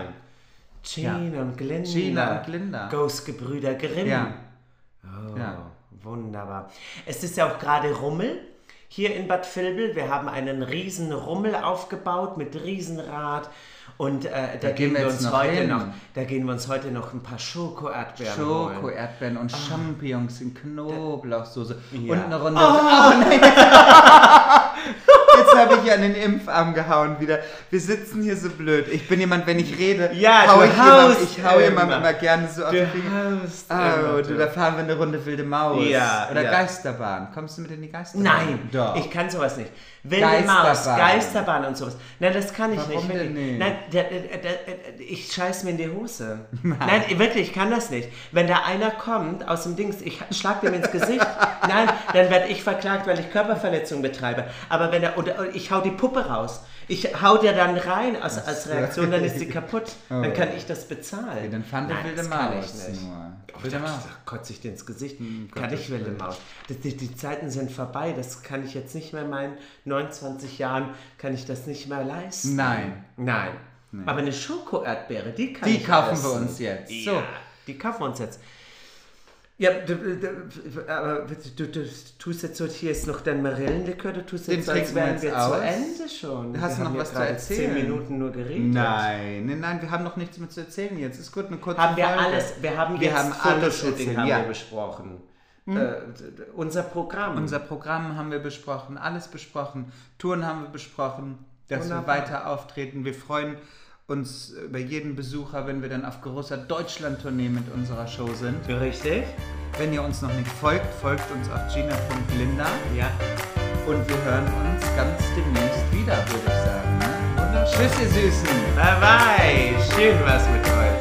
Gina und Glinda. Gina und Glinda. Ghost-Gebrüder Grimm. Ja. Oh, Ja. wunderbar. Es ist ja auch gerade Rummel hier in Bad Vilbel. Wir haben einen riesen Rummel aufgebaut mit Riesenrad. Und äh, da, gehen gehen wir wir jetzt uns noch heute hin. noch, da gehen wir uns heute noch ein paar Schoko-Erdbeeren holen. Schoko, Erdbeeren und Champignons in Knoblauchsoße. Ja. Und eine Runde. Oh, nein. Jetzt habe ich hier an den Impfarm gehauen wieder. Wir sitzen hier so blöd. Ich bin jemand, wenn ich rede, Ja, hau du ich jemandem, haust ich hau jemandem immer. immer gerne so auf Du die Finger. haust Oh, immer, du, da fahren wir eine Runde wilde Maus. Ja, Oder ja. Geisterbahn. Kommst du mit in die Geisterbahn? Nein, Doch. ich kann sowas nicht. Wilde Geisterbahn. Maus, Geisterbahn und sowas. Nein, das kann ich Warum nicht. denn wirklich. nicht? Nein, der, der, der, der, ich scheiß mir in die Hose. Nein, wirklich, ich kann das nicht. Wenn da einer kommt aus dem Dings, ich schlag dem ins Gesicht, nein, dann werde ich verklagt, weil ich Körperverletzung betreibe. Aber wenn er, oder ich hau die Puppe raus. Ich hau der dann rein als, als Reaktion, dann ist sie kaputt. Dann kann ich das bezahlen. Okay, dann fand Nein, ich wilde das kann Maus ich nicht. nur. Oh, Wilde da, Maus. da kotze ich dir ins Gesicht. Hm, kann Gottes ich wilde Willen. Maus. Die, die, die Zeiten sind vorbei. Das kann ich jetzt nicht mehr in meinen neunundzwanzig Jahren, kann ich das nicht mehr leisten. Nein. Nein. Aber eine Schoko-Erdbeere, die kann Die ich kaufen essen. wir uns jetzt. Ja, So. die kaufen wir uns jetzt. Ja, du, du, du, aber du, du tust jetzt so, hier ist noch dein Marillenlikör, du tust Den jetzt so, als trinken wir wären jetzt wir aus. zu Ende schon. Hast wir du noch haben was ja zu gerade erzählen? zehn Minuten nur geredet. Nein, nein, nein, wir haben noch nichts mehr zu erzählen jetzt. Ist gut, eine kurze Haben wir Folge. alles, wir haben Wir jetzt haben alles Fotoshooting erzählt, haben ja. wir besprochen. Äh, d- d- unser Programm. Unser Programm haben wir besprochen, alles besprochen, Touren haben wir besprochen, dass Wunderbar. wir weiter auftreten. Wir freuen uns über jeden Besucher, wenn wir dann auf großer Deutschland-Tournee mit unserer Show sind. Richtig? Wenn ihr uns noch nicht folgt, folgt uns auf gina punkt glinda Ja. und wir hören uns ganz demnächst wieder, würde ich sagen. Ne? Tschüss, ihr Süßen! Bye bye. Schön was mit euch.